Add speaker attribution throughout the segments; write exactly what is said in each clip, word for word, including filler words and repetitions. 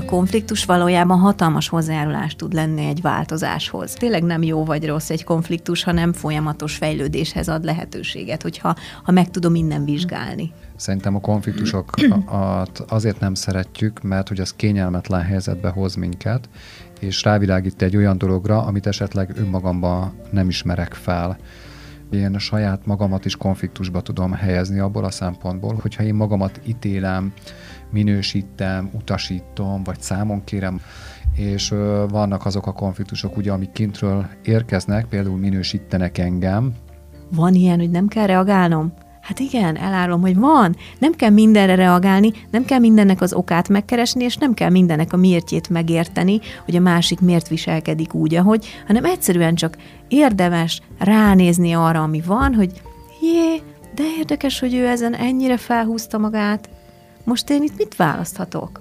Speaker 1: konfliktus valójában hatalmas hozzájárulás tud lenni egy változáshoz. Tényleg nem jó vagy rossz egy konfliktus, hanem folyamatos fejlődéshez ad lehetőséget, hogyha ha meg tudom innen vizsgálni.
Speaker 2: Szerintem a konfliktusokat azért nem szeretjük, mert hogy az kényelmetlen helyzetbe hoz minket, és rávilágít egy olyan dologra, amit esetleg önmagamban nem ismerek fel. Én a saját magamat is konfliktusba tudom helyezni abból a szempontból, hogyha én magamat ítélem, minősítem, utasítom, vagy számon kérem, és ö, vannak azok a konfliktusok, ugye, amik kintről érkeznek, például minősítenek engem.
Speaker 1: Van ilyen, hogy nem kell reagálnom? Hát igen, elárulom, hogy van. Nem kell mindenre reagálni, nem kell mindennek az okát megkeresni, és nem kell mindennek a miértjét megérteni, hogy a másik miért viselkedik úgy, ahogy, hanem egyszerűen csak érdemes ránézni arra, ami van, hogy jé, de érdekes, hogy ő ezen ennyire felhúzta magát. Most én itt mit választhatok?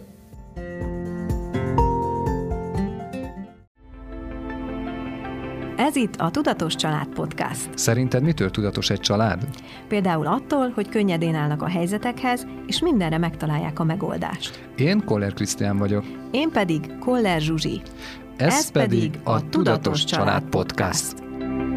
Speaker 1: Ez itt a Tudatos Család Podcast.
Speaker 2: Szerinted mitől tudatos egy család?
Speaker 1: Például attól, hogy könnyedén állnak a helyzetekhez, és mindenre megtalálják a megoldást.
Speaker 2: Én Koller Krisztián vagyok.
Speaker 1: Én pedig Koller Zsuzsi.
Speaker 2: Ez, Ez pedig a Tudatos, Tudatos Család Podcast. Podcast.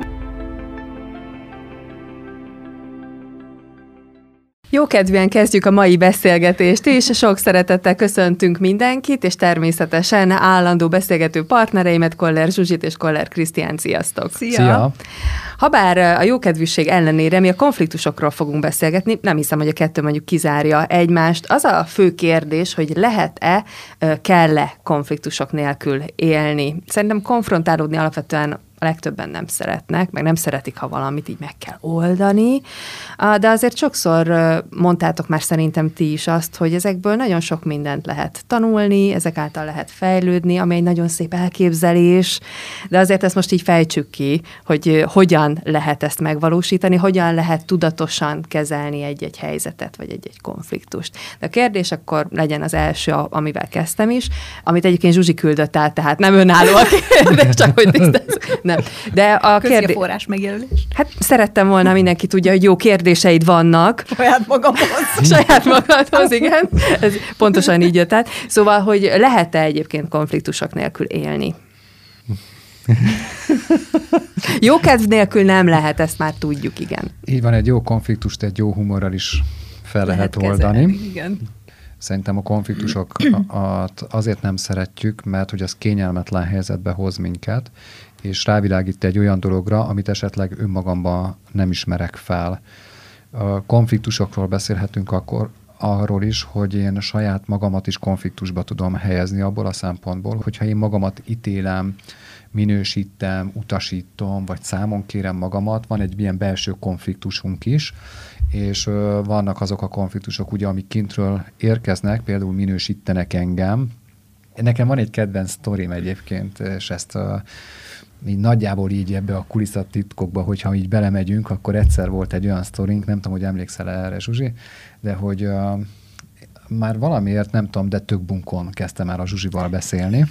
Speaker 3: Jókedvűen kezdjük a mai beszélgetést, és sok szeretettel köszöntünk mindenkit, és természetesen állandó beszélgető partnereimet, Koller Zsuzsit és Koller Krisztián. Sziasztok!
Speaker 1: Szia!
Speaker 2: Szia.
Speaker 3: Habár a jókedvűség ellenére mi a konfliktusokról fogunk beszélgetni, nem hiszem, hogy a kettő mondjuk kizárja egymást. Az a fő kérdés, hogy lehet-e, kell-e konfliktusok nélkül élni. Szerintem konfrontálódni alapvetően a legtöbben nem szeretnek, meg nem szeretik, ha valamit így meg kell oldani, de azért sokszor mondtátok már szerintem ti is azt, hogy ezekből nagyon sok mindent lehet tanulni, ezek által lehet fejlődni, ami egy nagyon szép elképzelés, de azért ezt most így fejtsük ki, hogy hogyan lehet ezt megvalósítani, hogyan lehet tudatosan kezelni egy-egy helyzetet, vagy egy-egy konfliktust. De a kérdés akkor legyen az első, amivel kezdtem is, amit egyébként Zsuzsi küldött át, tehát nem önálló a kérdés, csak hogy tisztázzuk. Nem. De a
Speaker 1: kérdés...
Speaker 3: kérdés...
Speaker 1: forrás megjelölés.
Speaker 3: Hát szerettem volna, mindenki tudja, hogy jó kérdéseid vannak.
Speaker 1: Saját magamhoz.
Speaker 3: Saját magadhoz, igen. Ez pontosan így jött át. Szóval, hogy lehet-e egyébként konfliktusok nélkül élni? Jó kedv nélkül nem lehet, ezt már tudjuk, igen.
Speaker 2: Így van, egy jó konfliktust egy jó humorral is fel lehet, lehet oldani.
Speaker 1: Kezelni, igen.
Speaker 2: Szerintem a konfliktusokat azért nem szeretjük, mert hogy az kényelmetlen helyzetbe hoz minket, és rávilágít egy olyan dologra, amit esetleg önmagamban nem ismerek fel. A konfliktusokról beszélhetünk akkor arról is, hogy én a saját magamat is konfliktusba tudom helyezni abból a szempontból, hogyha én magamat ítélem, minősítem, utasítom, vagy számon kérem magamat, van egy ilyen belső konfliktusunk is, és ö, vannak azok a konfliktusok, ugye, amik kintről érkeznek, például minősítenek engem. Nekem van egy kedvenc sztorim egyébként, és ezt ö, így nagyjából így ebbe a kulisszatitkokba, hogyha így belemegyünk, akkor egyszer volt egy olyan sztorink, nem tudom, hogy emlékszel erre, Zsuzsi, de hogy ö, már valamiért, nem tudom, de tök bunkon kezdtem már a Zsuzsival beszélni,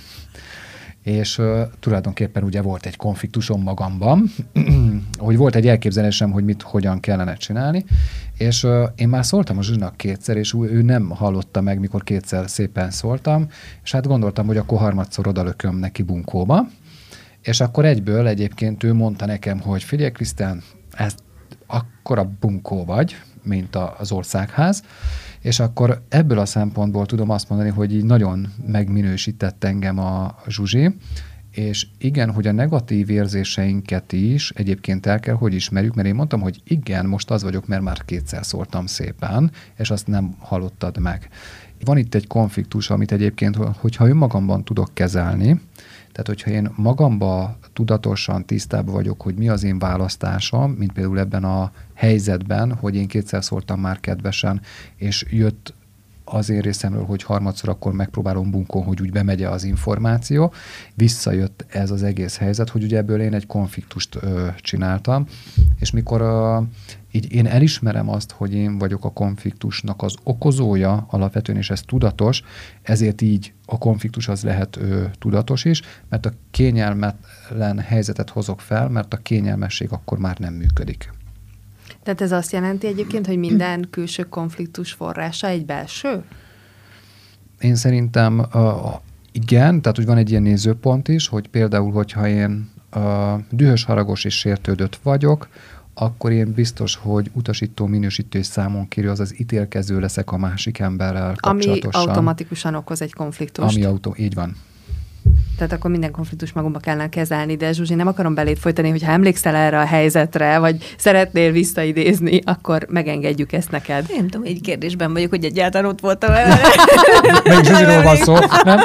Speaker 2: és uh, tulajdonképpen ugye volt egy konfliktusom magamban, hogy volt egy elképzelésem, hogy mit, hogyan kellene csinálni, és uh, én már szóltam a Zsuzsinak kétszer, és ő, ő nem hallotta meg, mikor kétszer szépen szóltam, és hát gondoltam, hogy akkor harmadszor odalököm neki bunkóba, és akkor egyből egyébként ő mondta nekem, hogy figyelj Krisztián, ez akkora bunkó vagy, mint az országház, és akkor ebből a szempontból tudom azt mondani, hogy így nagyon megminősített engem a Zsuzsi, és igen, hogy a negatív érzéseinket is egyébként el kell, hogy ismerjük, mert én mondtam, hogy igen, most az vagyok, mert már kétszer szóltam szépen, és azt nem hallottad meg. Van itt egy konfliktus, amit egyébként, hogyha önmagamban tudok kezelni, tehát hogyha én magamban tudatosan tisztában vagyok, hogy mi az én választásom, mint például ebben a helyzetben, hogy én kétszer szóltam már kedvesen, és jött az én részemről, hogy harmadszor akkor megpróbálom bunkon, hogy úgy bemegye az információ. Visszajött ez az egész helyzet, hogy ugye ebből én egy konfliktust ö, csináltam, és mikor ö, így én elismerem azt, hogy én vagyok a konfliktusnak az okozója alapvetően, és ez tudatos, ezért így a konfliktus az lehet ö, tudatos is, mert a kényelmetlen helyzetet hozok fel, mert a kényelmesség akkor már nem működik.
Speaker 3: Tehát ez azt jelenti egyébként, hogy minden külső konfliktus forrása egy belső?
Speaker 2: Én szerintem Igen, tehát hogy van egy ilyen nézőpont is, hogy például, hogyha én uh, dühös, haragos és sértődött vagyok, akkor én biztos, hogy utasító, minősítő és számon kérő, azaz ítélkező leszek a másik emberrel kapcsolatosan.
Speaker 3: Ami automatikusan okoz egy konfliktust.
Speaker 2: Ami autó, így van.
Speaker 3: Tehát akkor minden konfliktus magamba kellene kezelni, de Zsuzsi, nem akarom beléd folytani, hogyha emlékszel erre a helyzetre, vagy szeretnél visszaidézni, akkor megengedjük ezt neked.
Speaker 1: Én nem tudom, egy kérdésben vagyok, hogy egyáltalán ott voltam.
Speaker 2: Még Zsuzsiról van szó, nem?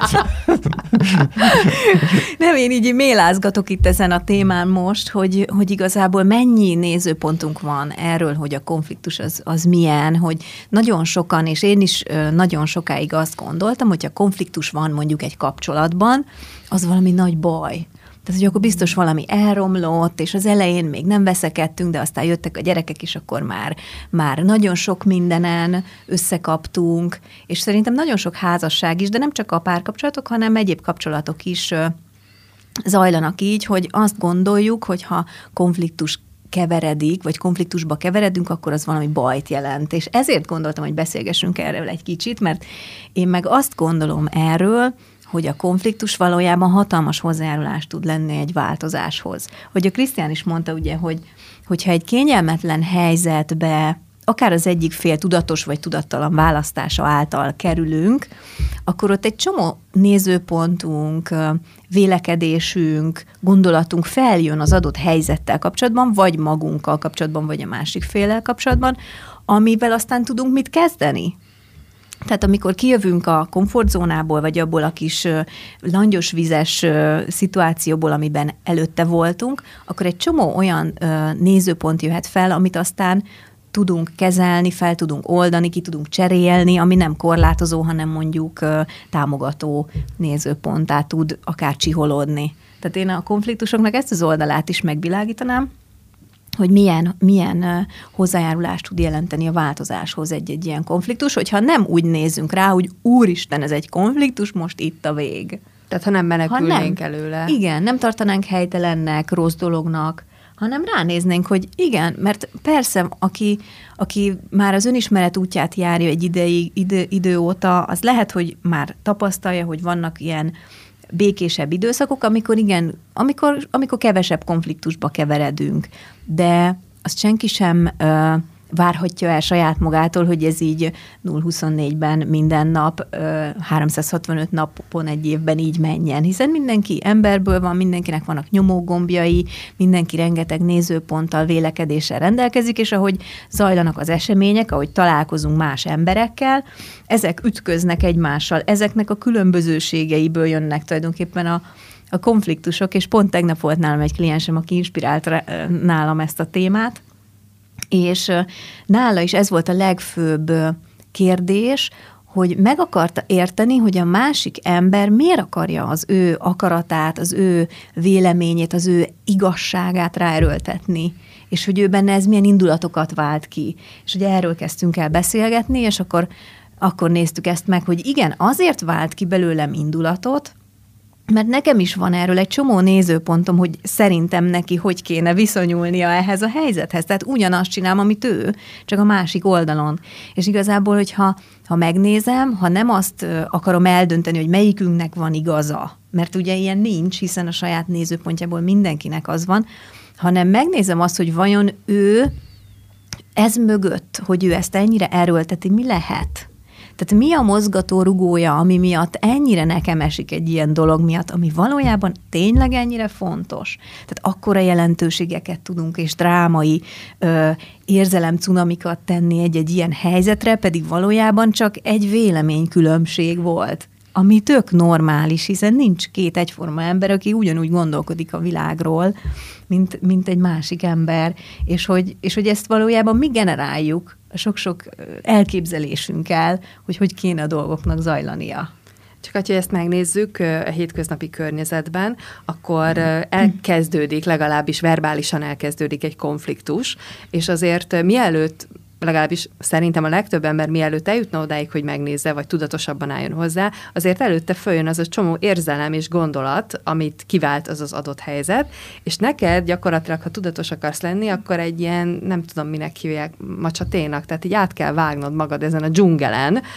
Speaker 1: Nem, én így mélázgatok itt ezen a témán most, hogy, hogy igazából mennyi nézőpontunk van erről, hogy a konfliktus az, az milyen, hogy nagyon sokan, és én is nagyon sokáig azt gondoltam, hogy a konfliktus van mondjuk egy kapcsolatban, az valami nagy baj. Tehát, hogy akkor biztos valami elromlott, és az elején még nem veszekedtünk, de aztán jöttek a gyerekek, és akkor már, már nagyon sok mindenen összekaptunk, és szerintem nagyon sok házasság is, de nem csak a párkapcsolatok, hanem egyéb kapcsolatok is zajlanak így, hogy azt gondoljuk, hogy ha konfliktus keveredik, vagy konfliktusba keveredünk, akkor az valami bajt jelent. És ezért gondoltam, hogy beszélgessünk erről egy kicsit, mert én meg azt gondolom erről, hogy a konfliktus valójában hatalmas hozzájárulás tud lenni egy változáshoz. Hogy a Krisztián is mondta, ugye, hogy hogyha egy kényelmetlen helyzetbe akár az egyik fél tudatos vagy tudattalan választása által kerülünk, akkor ott egy csomó nézőpontunk, vélekedésünk, gondolatunk feljön az adott helyzettel kapcsolatban, vagy magunkkal kapcsolatban, vagy a másik féllel kapcsolatban, amivel aztán tudunk mit kezdeni. Tehát amikor kijövünk a komfortzónából, vagy abból a kis langyos vizes szituációból, amiben előtte voltunk, akkor egy csomó olyan nézőpont jöhet fel, amit aztán tudunk kezelni, fel tudunk oldani, ki tudunk cserélni, ami nem korlátozó, hanem mondjuk támogató nézőponttá tud akár csiholódni. Tehát én a konfliktusoknak ezt az oldalát is megvilágítanám, hogy milyen, milyen hozzájárulást tud jelenteni a változáshoz egy-egy ilyen konfliktus, hogyha nem úgy nézzünk rá, hogy úristen, ez egy konfliktus, most itt a vég.
Speaker 3: Tehát ha nem menekülnénk
Speaker 1: ha nem,
Speaker 3: előle.
Speaker 1: Igen, nem tartanánk helytelennek, rossz dolognak, hanem ránéznénk, hogy igen, mert persze, aki, aki már az önismeret útját járja egy ideig, idő, idő óta, az lehet, hogy már tapasztalja, hogy vannak ilyen békésebb időszakok, amikor igen, amikor, amikor kevesebb konfliktusba keveredünk. De azt senki sem ö, várhatja el saját magától, hogy ez így nulla huszonnégyben minden nap, ö, háromszázhatvanöt napon egy évben így menjen. Hiszen mindenki emberből van, mindenkinek vannak nyomógombjai, mindenki rengeteg nézőponttal, vélekedéssel rendelkezik, és ahogy zajlanak az események, ahogy találkozunk más emberekkel, ezek ütköznek egymással, ezeknek a különbözőségeiből jönnek tulajdonképpen a a konfliktusok, és pont tegnap volt nálam egy kliensem, aki inspirált nálam ezt a témát, és nála is ez volt a legfőbb kérdés, hogy meg akarta érteni, hogy a másik ember miért akarja az ő akaratát, az ő véleményét, az ő igazságát ráerőltetni, és hogy ő benne ez milyen indulatokat vált ki. És ugye erről kezdtünk el beszélgetni, és akkor, akkor néztük ezt meg, hogy igen, azért vált ki belőlem indulatot, mert nekem is van erről egy csomó nézőpontom, hogy szerintem neki hogy kéne viszonyulnia ehhez a helyzethez. Tehát ugyanazt csinálom, amit ő, csak a másik oldalon. És igazából, hogyha ha megnézem, ha nem azt akarom eldönteni, hogy melyikünknek van igaza, mert ugye ilyen nincs, hiszen a saját nézőpontjából mindenkinek az van, hanem megnézem azt, hogy vajon ő ez mögött, hogy ő ezt ennyire erőlteti, mi lehet? Tehát mi a mozgató rugója, ami miatt ennyire nekem esik egy ilyen dolog miatt, ami valójában tényleg ennyire fontos. Tehát akkora jelentőségeket tudunk, és drámai ö, érzelemcunamikat tenni egy-egy ilyen helyzetre, pedig valójában csak egy véleménykülönbség volt, ami tök normális, hiszen nincs két egyforma ember, aki ugyanúgy gondolkodik a világról, mint, mint egy másik ember, és hogy, és hogy ezt valójában mi generáljuk a sok-sok elképzelésünkkel, hogy hogy kéne a dolgoknak zajlania.
Speaker 3: Csak ha ezt megnézzük a hétköznapi környezetben, akkor elkezdődik, legalábbis verbálisan elkezdődik egy konfliktus, és azért mielőtt legalábbis szerintem a legtöbb ember mielőtt eljutna odáig, hogy megnézze, vagy tudatosabban álljon hozzá, azért előtte följön az a csomó érzelem és gondolat, amit kivált az az adott helyzet, és neked gyakorlatilag, ha tudatos akarsz lenni, akkor egy ilyen, nem tudom minek hívják, macsaténak, tehát így át kell vágnod magad ezen a dzsungelen,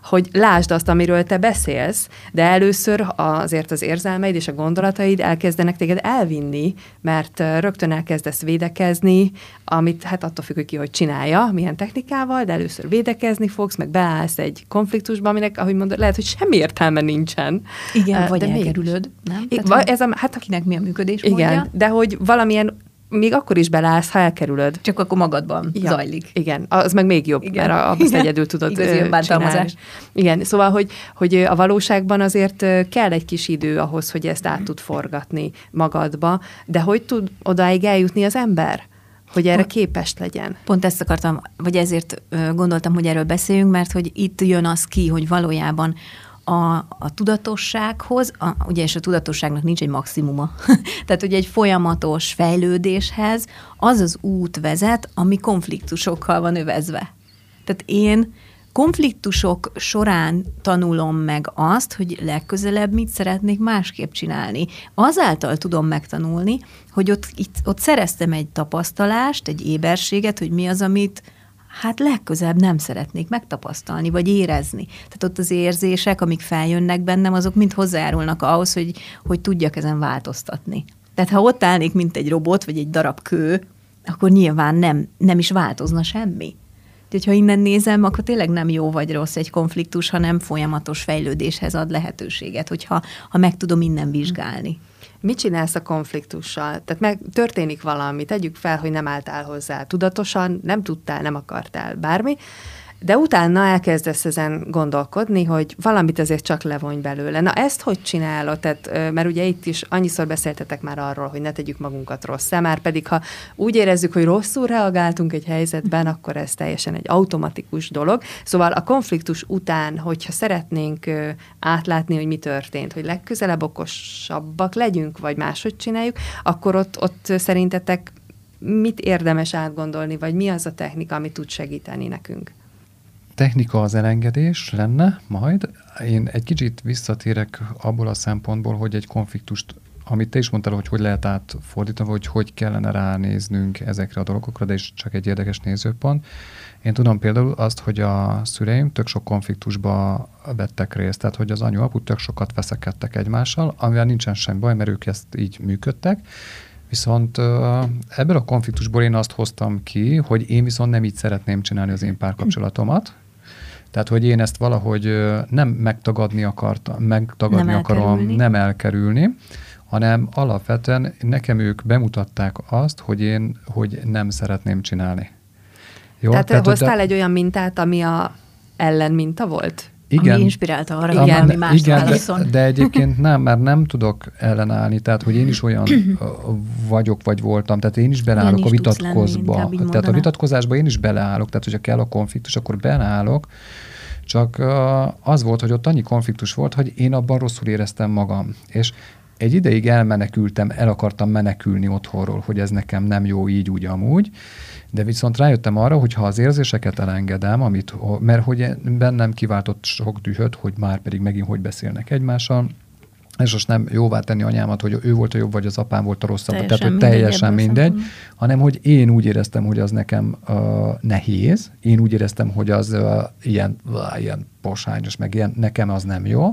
Speaker 3: hogy lásd azt, amiről te beszélsz, de először azért az érzelmeid és a gondolataid elkezdenek téged elvinni, mert rögtön elkezdesz védekezni, amit hát attól függ, hogy ki hogy csinálja, milyen technikával, de először védekezni fogsz, meg beállsz egy konfliktusba, aminek, ahogy mondod, lehet, hogy semmi értelme nincsen.
Speaker 1: Igen,
Speaker 3: uh,
Speaker 1: vagy
Speaker 3: de
Speaker 1: elkerülöd, nem?
Speaker 3: I-
Speaker 1: Tehát,
Speaker 3: ez a, hát
Speaker 1: akinek mi a működés
Speaker 3: igen,
Speaker 1: módja.
Speaker 3: de hogy valamilyen még akkor is belállsz, ha elkerülöd.
Speaker 1: Csak akkor magadban ja, zajlik.
Speaker 3: Igen, az meg még jobb, igen. Mert azt igen. egyedül tudod
Speaker 1: Igazi
Speaker 3: csinálni. Igen, szóval, hogy, hogy a valóságban azért kell egy kis idő ahhoz, hogy ezt át tud forgatni magadba, de hogy tud odáig eljutni az ember? Hogy erre pont, képes legyen.
Speaker 1: Pont ezt akartam, vagy ezért gondoltam, hogy erről beszéljünk, mert hogy itt jön az ki, hogy valójában A, a tudatossághoz, a, ugye és a tudatosságnak nincs egy maximuma, tehát ugye egy folyamatos fejlődéshez az az út vezet, ami konfliktusokkal van övezve. Tehát én konfliktusok során tanulom meg azt, hogy legközelebb mit szeretnék másképp csinálni. Azáltal tudom megtanulni, hogy ott, itt, ott szereztem egy tapasztalást, egy éberséget, hogy mi az, amit hát legközelebb nem szeretnék megtapasztalni, vagy érezni. Tehát ott az érzések, amik feljönnek bennem, azok mind hozzájárulnak ahhoz, hogy, hogy tudjak ezen változtatni. Tehát ha ott állnék, mint egy robot, vagy egy darab kő, akkor nyilván nem, nem is változna semmi. Úgyhogy ha innen nézem, akkor tényleg nem jó vagy rossz egy konfliktus, hanem folyamatos fejlődéshez ad lehetőséget, hogyha ha meg tudom innen vizsgálni.
Speaker 3: Mit csinálsz a konfliktussal? Tehát meg történik valami, tegyük fel, hogy nem álltál hozzá tudatosan, nem tudtál, nem akartál bármi, de utána elkezdesz ezen gondolkodni, hogy valamit azért csak levonj belőle. Na ezt hogy csinálod? Tehát, mert ugye itt is annyiszor beszéltetek már arról, hogy ne tegyük magunkat rosszá, már pedig ha úgy érezzük, hogy rosszul reagáltunk egy helyzetben, akkor ez teljesen egy automatikus dolog. Szóval a konfliktus után, hogyha szeretnénk átlátni, hogy mi történt, hogy legközelebb okosabbak legyünk, vagy máshogy csináljuk, akkor ott, ott szerintetek mit érdemes átgondolni, vagy mi az a technika, ami tud segíteni nekünk?
Speaker 2: Technika az elengedés lenne majd. Én egy kicsit visszatérek abból a szempontból, hogy egy konfliktust, amit te is mondtál, hogy hogy lehet átfordítani, hogy hogy kellene ránéznünk ezekre a dolgokra, de is csak egy érdekes nézőpont. Én tudom például azt, hogy a szüleim tök sok konfliktusba vettek részt, tehát hogy az anyu-apu tök sokat veszekedtek egymással, amivel nincsen semmi baj, mert ők ezt így működtek. Viszont ebből a konfliktusból én azt hoztam ki, hogy én viszont nem így szeretném csinálni az én párkapcsolatomat. Tehát, hogy én ezt valahogy nem megtagadni akartam, megtagadni nem akarom, elkerülni. nem elkerülni, hanem alapvetően nekem ők bemutatták azt, hogy én hogy nem szeretném csinálni.
Speaker 3: Jó? Tehát, Tehát hoztál de... egy olyan mintát, ami a ellenminta volt?
Speaker 1: Igen. Ami inspirálta arra, hogy valami mást
Speaker 2: igen,
Speaker 1: válaszol.
Speaker 2: De, de egyébként nem, mert nem tudok ellenállni, tehát hogy én is olyan vagyok, vagy voltam, tehát én is beleállok is a vitatkozba. Lenni, tehát a vitatkozásba én is beleállok, tehát hogyha kell a konfliktus, akkor beleállok, csak az volt, hogy ott annyi konfliktus volt, hogy én abban rosszul éreztem magam. És egy ideig elmenekültem, el akartam menekülni otthonról, hogy ez nekem nem jó így, úgy, amúgy, de viszont rájöttem arra, hogy ha az érzéseket elengedem, amit, mert hogy bennem kiváltott sok dühöt, hogy már pedig megint hogy beszélnek egymással, és most nem jóvá tenni anyámat, hogy ő volt a jobb, vagy az apám volt a rosszabb, teljesen tehát hogy teljesen mindegy, mindegy hanem hogy én úgy éreztem, hogy az nekem uh, nehéz, én úgy éreztem, hogy az uh, ilyen, uh, ilyen posányos, meg ilyen, nekem az nem jó,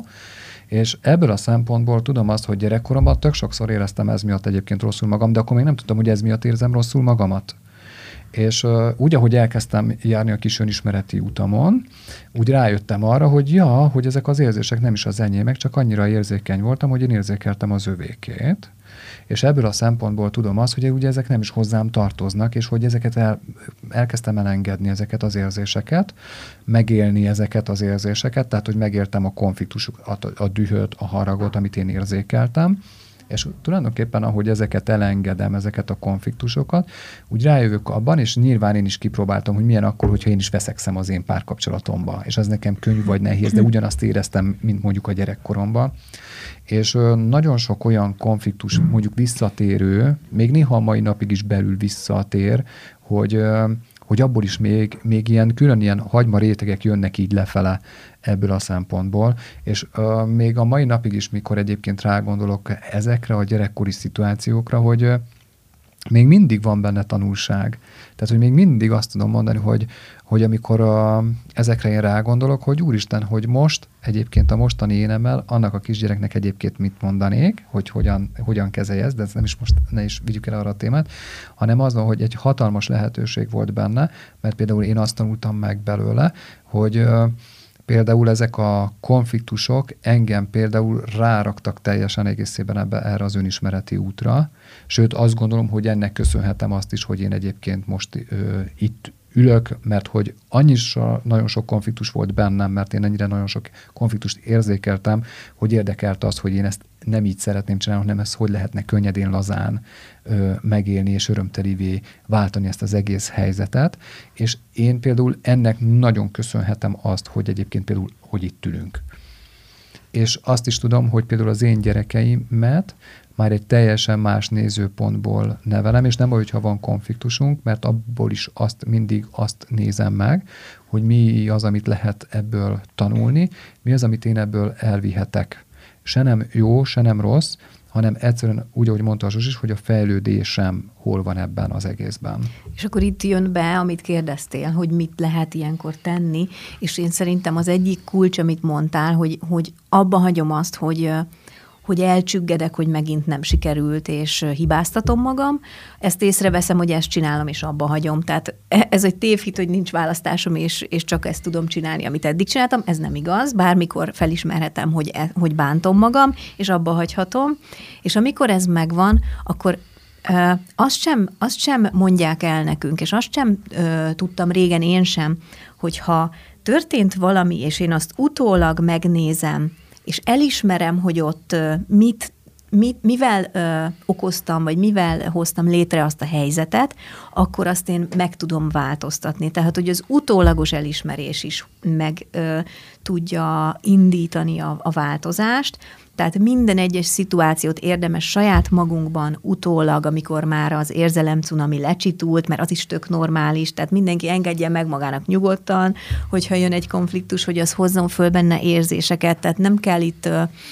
Speaker 2: és ebből a szempontból tudom azt, hogy gyerekkoromban tök sokszor éreztem ez miatt egyébként rosszul magam, de akkor még nem tudtam, hogy ez miatt érzem rosszul magamat. És uh, úgy, ahogy elkezdtem járni a kis önismereti utamon, úgy rájöttem arra, hogy ja, hogy ezek az érzések nem is az enyémek, csak annyira érzékeny voltam, hogy én érzékeltem az övékét. És ebből a szempontból tudom azt, hogy ugye ezek nem is hozzám tartoznak, és hogy ezeket el, elkezdtem elengedni, ezeket az érzéseket, megélni ezeket az érzéseket, tehát hogy megértem a konfliktus, a, a dühöt, a haragot, amit én érzékeltem, és tulajdonképpen, ahogy ezeket elengedem, ezeket a konfliktusokat, úgy rájövök abban, és nyilván én is kipróbáltam, hogy milyen akkor, hogyha én is veszekszem az én párkapcsolatomba, és az nekem könnyű vagy nehéz, de ugyanazt éreztem, mint mondjuk a gyerekkoromban. És nagyon sok olyan konfliktus, mondjuk visszatérő, még néha a mai napig is belül visszatér, hogy, hogy abból is még, még ilyen külön ilyen hagyma rétegek jönnek így lefele ebből a szempontból, és uh, még a mai napig is, mikor egyébként rágondolok ezekre a gyerekkori szituációkra, hogy, még mindig van benne tanulság. Tehát, hogy még mindig azt tudom mondani, hogy, hogy amikor a, ezekre én rágondolok, hogy úristen, hogy most egyébként a mostani énemmel annak a kisgyereknek egyébként mit mondanék, hogy hogyan, hogyan kezelje ezt, de ez nem is most ne is vigyük el arra a témát, hanem az van, hogy egy hatalmas lehetőség volt benne, mert például én azt tanultam meg belőle, hogy például ezek a konfliktusok engem például ráraktak teljesen egészében ebbe, erre az önismereti útra. Sőt, azt gondolom, hogy ennek köszönhetem azt is, hogy én egyébként most ö, itt ülök, mert hogy annyira nagyon sok konfliktus volt bennem, mert én ennyire nagyon sok konfliktust érzékeltem, hogy érdekelt az, hogy én ezt nem így szeretném csinálni, hanem ezt hogy lehetne könnyedén, lazán ö, megélni és örömtelivé váltani ezt az egész helyzetet. És én például ennek nagyon köszönhetem azt, hogy egyébként például, hogy itt ülünk. És azt is tudom, hogy például az én gyerekeimet már egy teljesen más nézőpontból nevelem, és nem baj, hogyha van konfliktusunk, mert abból is azt mindig azt nézem meg, hogy mi az, amit lehet ebből tanulni, mi az, amit én ebből elvihetek. Se nem jó, se nem rossz, hanem egyszerűen úgy, ahogy mondta a Zsuzsi is, hogy a fejlődésem hol van ebben az egészben.
Speaker 1: És akkor itt jön be, amit kérdeztél, hogy mit lehet ilyenkor tenni, és én szerintem az egyik kulcs, amit mondtál, hogy, hogy abba hagyom azt, hogy hogy elcsüggedek, hogy megint nem sikerült, és hibáztatom magam. Ezt észreveszem, hogy ezt csinálom, és abba hagyom. Tehát ez egy tévhit, hogy nincs választásom, és, és csak ezt tudom csinálni, amit eddig csináltam. Ez nem igaz. Bármikor felismerhetem, hogy, e, hogy bántom magam, és abba hagyhatom. És amikor ez megvan, akkor ö, azt, sem, azt sem mondják el nekünk, és azt sem ö, tudtam régen én sem, hogyha történt valami, és én azt utólag megnézem, és elismerem, hogy ott mit, mit, mivel ö, okoztam, vagy mivel hoztam létre azt a helyzetet, akkor azt én meg tudom változtatni. Tehát, hogy az utólagos elismerés is meg ö, tudja indítani a, a változást. Tehát minden egyes szituációt érdemes saját magunkban utólag, amikor már az érzelemcunami lecsitult, mert az is tök normális, tehát mindenki engedje meg magának nyugodtan, hogyha jön egy konfliktus, hogy az hozzon föl benne érzéseket, tehát nem kell itt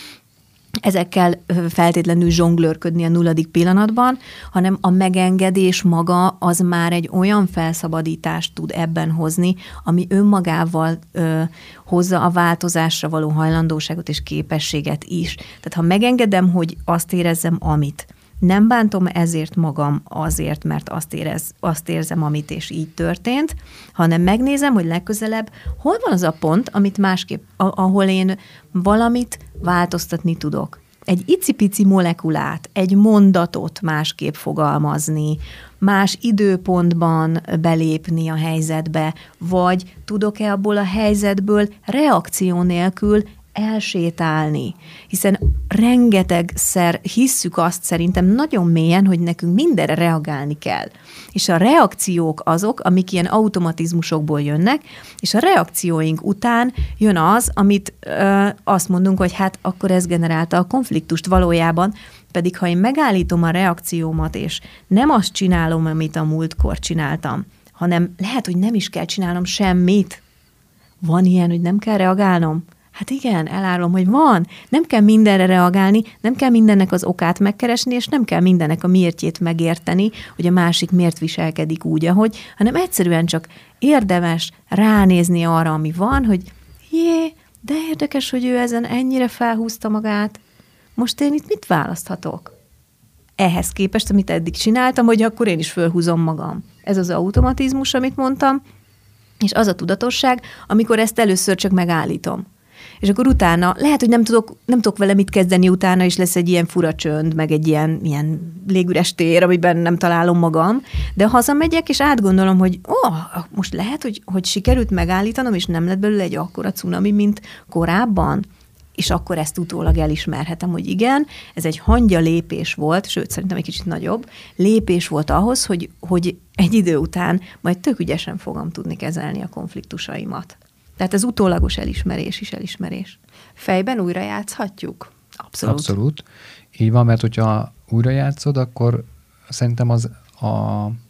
Speaker 1: ezekkel feltétlenül zsonglőrködni a nulladik pillanatban, hanem a megengedés maga az már egy olyan felszabadítást tud ebben hozni, ami önmagával ö, hozza a változásra való hajlandóságot és képességet is. Tehát ha megengedem, hogy azt érezzem, amit, nem bántom ezért magam azért, mert azt, érez, azt érzem, amit és így történt, hanem megnézem, hogy legközelebb hol van az a pont, amit másképp, ahol én valamit változtatni tudok. Egy icipici molekulát, egy mondatot másképp fogalmazni, más időpontban belépni a helyzetbe, vagy tudok-e abból a helyzetből reakció nélkül elsétálni, hiszen rengetegszer hisszük azt szerintem nagyon mélyen, hogy nekünk mindenre reagálni kell. És a reakciók azok, amik ilyen automatizmusokból jönnek, és a reakcióink után jön az, amit ö, azt mondunk, hogy hát akkor ez generálta a konfliktust valójában, pedig ha én megállítom a reakciómat, és nem azt csinálom, amit a múltkor csináltam, hanem lehet, hogy nem is kell csinálnom semmit. Van ilyen, hogy nem kell reagálnom? Hát igen, elárulom, hogy van. Nem kell mindenre reagálni, nem kell mindennek az okát megkeresni, és nem kell mindennek a miértjét megérteni, hogy a másik miért viselkedik úgy, ahogy, hanem egyszerűen csak érdemes ránézni arra, ami van, hogy jé, de érdekes, hogy ő ezen ennyire felhúzta magát. Most én itt mit választhatok? Ehhez képest, amit eddig csináltam, hogy akkor én is fölhúzom magam. Ez az automatizmus, amit mondtam, és az a tudatosság, amikor ezt először csak megállítom. És akkor utána, lehet, hogy nem tudok, nem tudok vele mit kezdeni utána, és lesz egy ilyen fura csönd, meg egy ilyen, ilyen légüres tér, amiben nem találom magam, de hazamegyek, és átgondolom, hogy ó, oh, most lehet, hogy, hogy sikerült megállítanom, és nem lett belőle egy akkora cunami, mint korábban, és akkor ezt utólag elismerhetem, hogy igen, ez egy hangya lépés volt, sőt, szerintem egy kicsit nagyobb, lépés volt ahhoz, hogy, hogy egy idő után majd tök ügyesen fogom tudni kezelni a konfliktusaimat. Tehát az utólagos elismerés is elismerés.
Speaker 3: Fejben újra játszhatjuk?
Speaker 1: Abszolút.
Speaker 2: Abszolút. Így van, mert hogyha újra játszod, akkor szerintem az a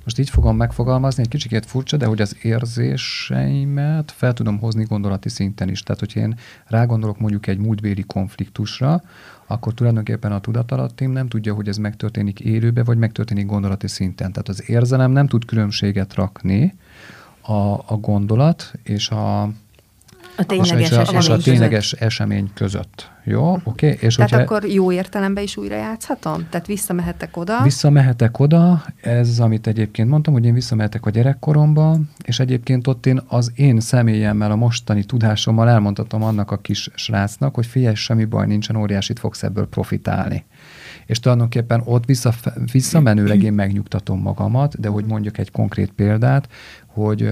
Speaker 2: most így fogom megfogalmazni, egy kicsikét furcsa, de hogy az érzéseimet fel tudom hozni gondolati szinten is. Tehát, hogyha én rágondolok mondjuk egy múltbéli konfliktusra, akkor tulajdonképpen a tudatalattim nem tudja, hogy ez megtörténik élőbe, vagy megtörténik gondolati szinten. Tehát az érzelem nem tud különbséget rakni a, a gondolat és a,
Speaker 1: a tényleges,
Speaker 2: és a,
Speaker 1: esemény,
Speaker 2: és a tényleges
Speaker 1: között.
Speaker 2: esemény között. Jó? Oké? Okay? És
Speaker 3: Tehát
Speaker 2: hogyha,
Speaker 3: akkor jó értelemben is újra játszhatom? Tehát visszamehetek oda?
Speaker 2: Visszamehetek oda, ez amit egyébként mondtam, hogy én visszamehetek a gyerekkoromba, és egyébként ott én az én személyemmel, a mostani tudásommal elmondhatom annak a kis srácnak, hogy figyelj, semmi baj nincsen, óriásit fogsz ebből profitálni. És tulajdonképpen ott vissza, visszamenőleg én megnyugtatom magamat, de hogy mondjak egy konkrét példát, hogy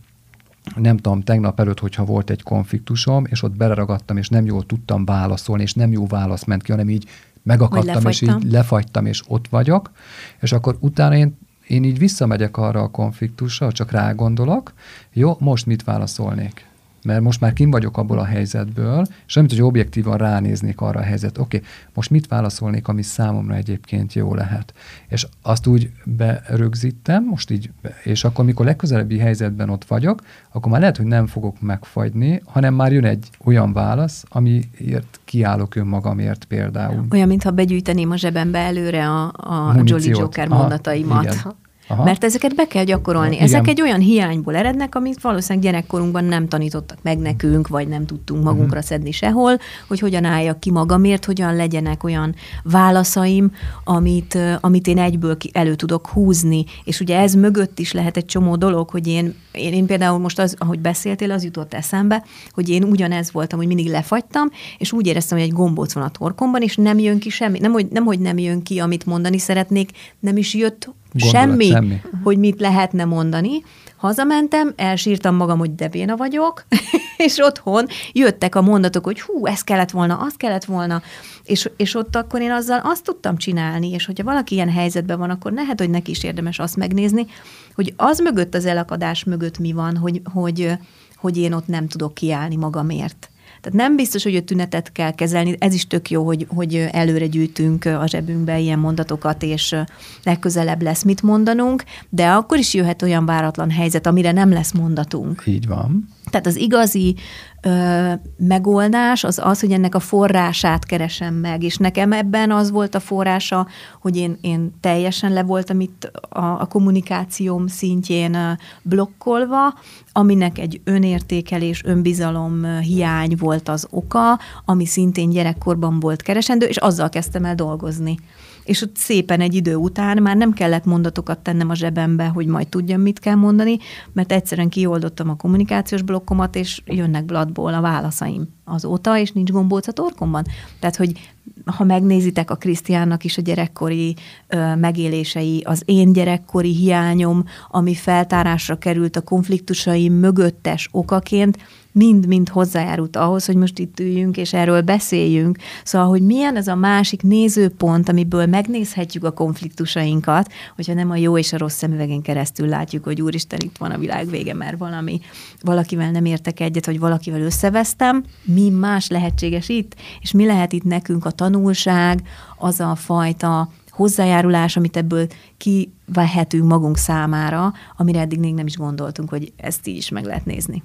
Speaker 2: nem tudom, tegnap előtt, hogyha volt egy konfliktusom, és ott beleragadtam, és nem jól tudtam válaszolni, és nem jó válasz ment ki, hanem így megakadtam, és így lefagytam, és ott vagyok, és akkor utána én, én így visszamegyek arra a konfliktusra, csak rágondolok, jó, most mit válaszolnék? Mert most már kim vagyok abból a helyzetből, és nem, hogy objektívan ránéznék arra a helyzet. Oké, okay, most mit válaszolnék, ami számomra egyébként jó lehet. És azt úgy berögzítem, most így, és akkor, mikor legközelebbi helyzetben ott vagyok, akkor már lehet, hogy nem fogok megfagyni, hanem már jön egy olyan válasz, amiért kiállok önmagamért például.
Speaker 1: Olyan, mintha begyűjteném a zsebembe előre a, a Jolly Joker mondataimat. Aha. Aha. Mert ezeket be kell gyakorolni. Ezek Igen. egy olyan hiányból erednek, amit valószínűleg gyerekkorunkban nem tanítottak meg nekünk, vagy nem tudtunk magunkra uh-huh. szedni sehol, hogy hogyan álljak ki magamért, hogyan legyenek olyan válaszaim, amit, amit én egyből elő tudok húzni. És ugye ez mögött is lehet egy csomó dolog, hogy én, én, én például most, az, ahogy beszéltél, az jutott eszembe, hogy én ugyanez voltam, hogy mindig lefagytam, és úgy éreztem, hogy egy gombóc van a torkomban, és nem jön ki semmi. Nem, hogy, nem, hogy nem jön ki, amit mondani szeretnék, nem is jött Gondolat, semmi, semmi, hogy mit lehetne mondani. Hazamentem, elsírtam magam, hogy de béna vagyok, és otthon jöttek a mondatok, hogy hú, ez kellett volna, az kellett volna, és, és ott akkor én azzal azt tudtam csinálni, és hogyha valaki ilyen helyzetben van, akkor lehet, hogy neki is érdemes azt megnézni, hogy az mögött, az elakadás mögött mi van, hogy, hogy, hogy én ott nem tudok kiállni magamért. Tehát nem biztos, hogy a tünetet kell kezelni, ez is tök jó, hogy, hogy előre gyűjtünk a zsebünkbe ilyen mondatokat, és legközelebb lesz mit mondanunk, de akkor is jöhet olyan váratlan helyzet, amire nem lesz mondatunk.
Speaker 2: Így van.
Speaker 1: Tehát az igazi ö, megoldás az az, hogy ennek a forrását keresem meg, és nekem ebben az volt a forrása, hogy én, én teljesen le voltam itt a, a kommunikációm szintjén blokkolva, aminek egy önértékelés, önbizalom hiány volt az oka, ami szintén gyerekkorban volt keresendő, és azzal kezdtem el dolgozni. És ott szépen egy idő után már nem kellett mondatokat tennem a zsebembe, hogy majd tudjam, mit kell mondani, mert egyszerűen kioldottam a kommunikációs blokkomat, és jönnek bladból a válaszaim azóta, és nincs gombóc a torkomban. Tehát, hogy ha megnézitek a Krisztiánnak is a gyerekkori ö, megélései, az én gyerekkori hiányom, ami feltárásra került a konfliktusaim mögöttes okaként, mind-mind hozzájárult ahhoz, hogy most itt üljünk, és erről beszéljünk. Szóval, hogy milyen ez a másik nézőpont, amiből megnézhetjük a konfliktusainkat, hogyha nem a jó és a rossz szemüvegén keresztül látjuk, hogy úristen, itt van a világ vége, mert valami, valakivel nem értek egyet, vagy valakivel összevesztem. Mi más lehetséges itt? És mi lehet itt nekünk a tanulság, az a fajta hozzájárulás, amit ebből kivehetünk magunk számára, amire eddig még nem is gondoltunk, hogy ezt így is meg lehet nézni.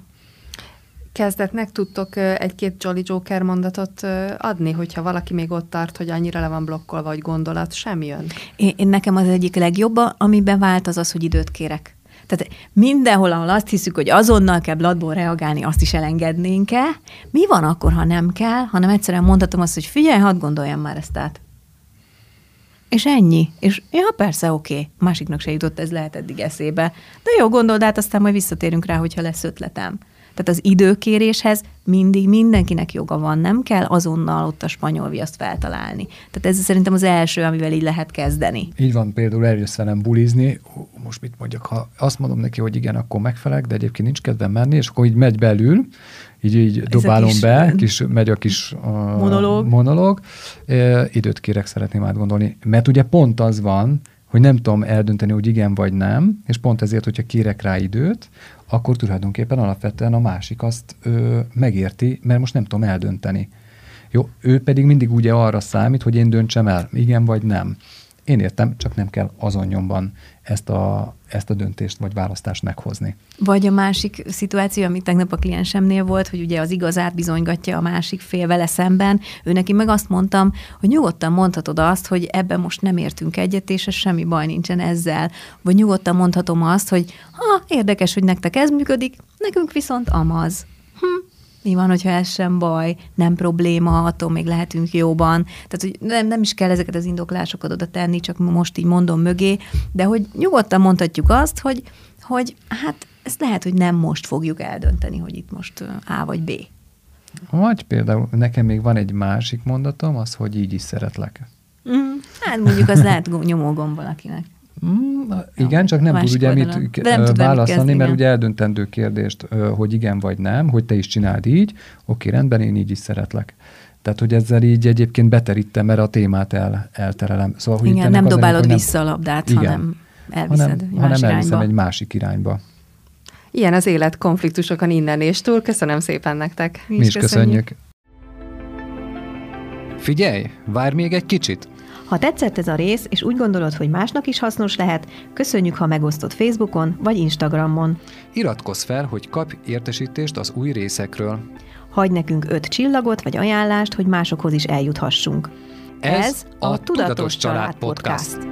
Speaker 3: Kezdetnek tudtok egy-két Jolly Joker mondatot adni, hogyha valaki még ott tart, hogy annyira le van blokkolva, hogy gondolat sem jön?
Speaker 1: Én, én nekem az egyik legjobb, ami bevált, az az, hogy időt kérek. Tehát mindenhol, ahol azt hiszük, hogy azonnal kell bladból reagálni, azt is elengednénk-e. Mi van akkor, ha nem kell, hanem egyszerűen mondhatom azt, hogy figyelj, hadd gondoljam már ezt át. És ennyi. És ja, persze, oké. Okay. Másiknak se jutott, ez lehet eddig eszébe. De jó, gondold át, aztán majd visszatérünk rá, hogyha lesz ötletem. Tehát az időkéréshez mindig mindenkinek joga van, nem kell azonnal ott a spanyol viaszt feltalálni. Tehát ez szerintem az első, amivel így lehet kezdeni.
Speaker 2: Így van, például eljössz velem bulizni, most mit mondjak, ha azt mondom neki, hogy igen, akkor megfelek, de egyébként nincs kedvem menni, és akkor így megy belül, így, így dobálom kis, be, kis, megy a kis uh, monológ. monológ. E, időt kérek, szeretném átgondolni. Mert ugye pont az van, hogy nem tudom eldönteni, hogy igen vagy nem, és pont ezért, hogyha kérek rá időt, akkor tulajdonképpen alapvetően a másik azt ö, megérti, mert most nem tudom eldönteni. Jó, ő pedig mindig ugye arra számít, hogy én döntsem el, igen vagy nem. Én értem, csak nem kell azon nyomban ezt a, ezt a döntést vagy választást meghozni.
Speaker 1: Vagy a másik szituáció, ami tegnap a kliensemnél volt, hogy ugye az igazát bizonygatja a másik fél vele szemben. Ő neki meg azt mondtam, hogy nyugodtan mondhatod azt, hogy ebben most nem értünk egyet, és ez semmi baj nincsen ezzel. Vagy nyugodtan mondhatom azt, hogy ha, érdekes, hogy nektek ez működik, nekünk viszont amaz. Hm. Mi van, hogyha ez sem baj, nem probléma, attól még lehetünk jóban. Tehát, hogy nem, nem is kell ezeket az indoklásokat oda tenni, csak most így mondom mögé, de hogy nyugodtan mondhatjuk azt, hogy, hogy hát ezt lehet, hogy nem most fogjuk eldönteni, hogy itt most A vagy B.
Speaker 2: Vagy például nekem még van egy másik mondatom, az, hogy így is szeretlek.
Speaker 1: Mm, hát mondjuk az lehet nyomógomb valakinek.
Speaker 2: Mm, igen, csak nem tud ugye mit nem válaszolni, mert ugye eldöntendő kérdést, hogy igen vagy nem, hogy te is csináld így, oké, rendben, én így is szeretlek. Tehát, hogy ezzel így egyébként beterítem, mert a témát el, elterelem. Szóval, hogy
Speaker 1: igen, nem dobálod nem, vissza a labdát, igen, hanem elviszed
Speaker 2: hanem,
Speaker 1: egy
Speaker 2: hanem
Speaker 1: más
Speaker 2: elviszem
Speaker 1: irányba.
Speaker 2: egy másik irányba.
Speaker 3: Ilyen az élet konfliktusokon innen és túl. Köszönöm szépen nektek.
Speaker 2: Mi is köszönjük. köszönjük. Figyelj, várj még egy kicsit!
Speaker 1: Ha tetszett ez a rész, és úgy gondolod, hogy másnak is hasznos lehet, köszönjük, ha megosztod Facebookon vagy Instagramon.
Speaker 2: Iratkozz fel, hogy kapj értesítést az új részekről.
Speaker 1: Hagyj nekünk öt csillagot vagy ajánlást, hogy másokhoz is eljuthassunk.
Speaker 2: Ez, Ez a Tudatos Család Podcast.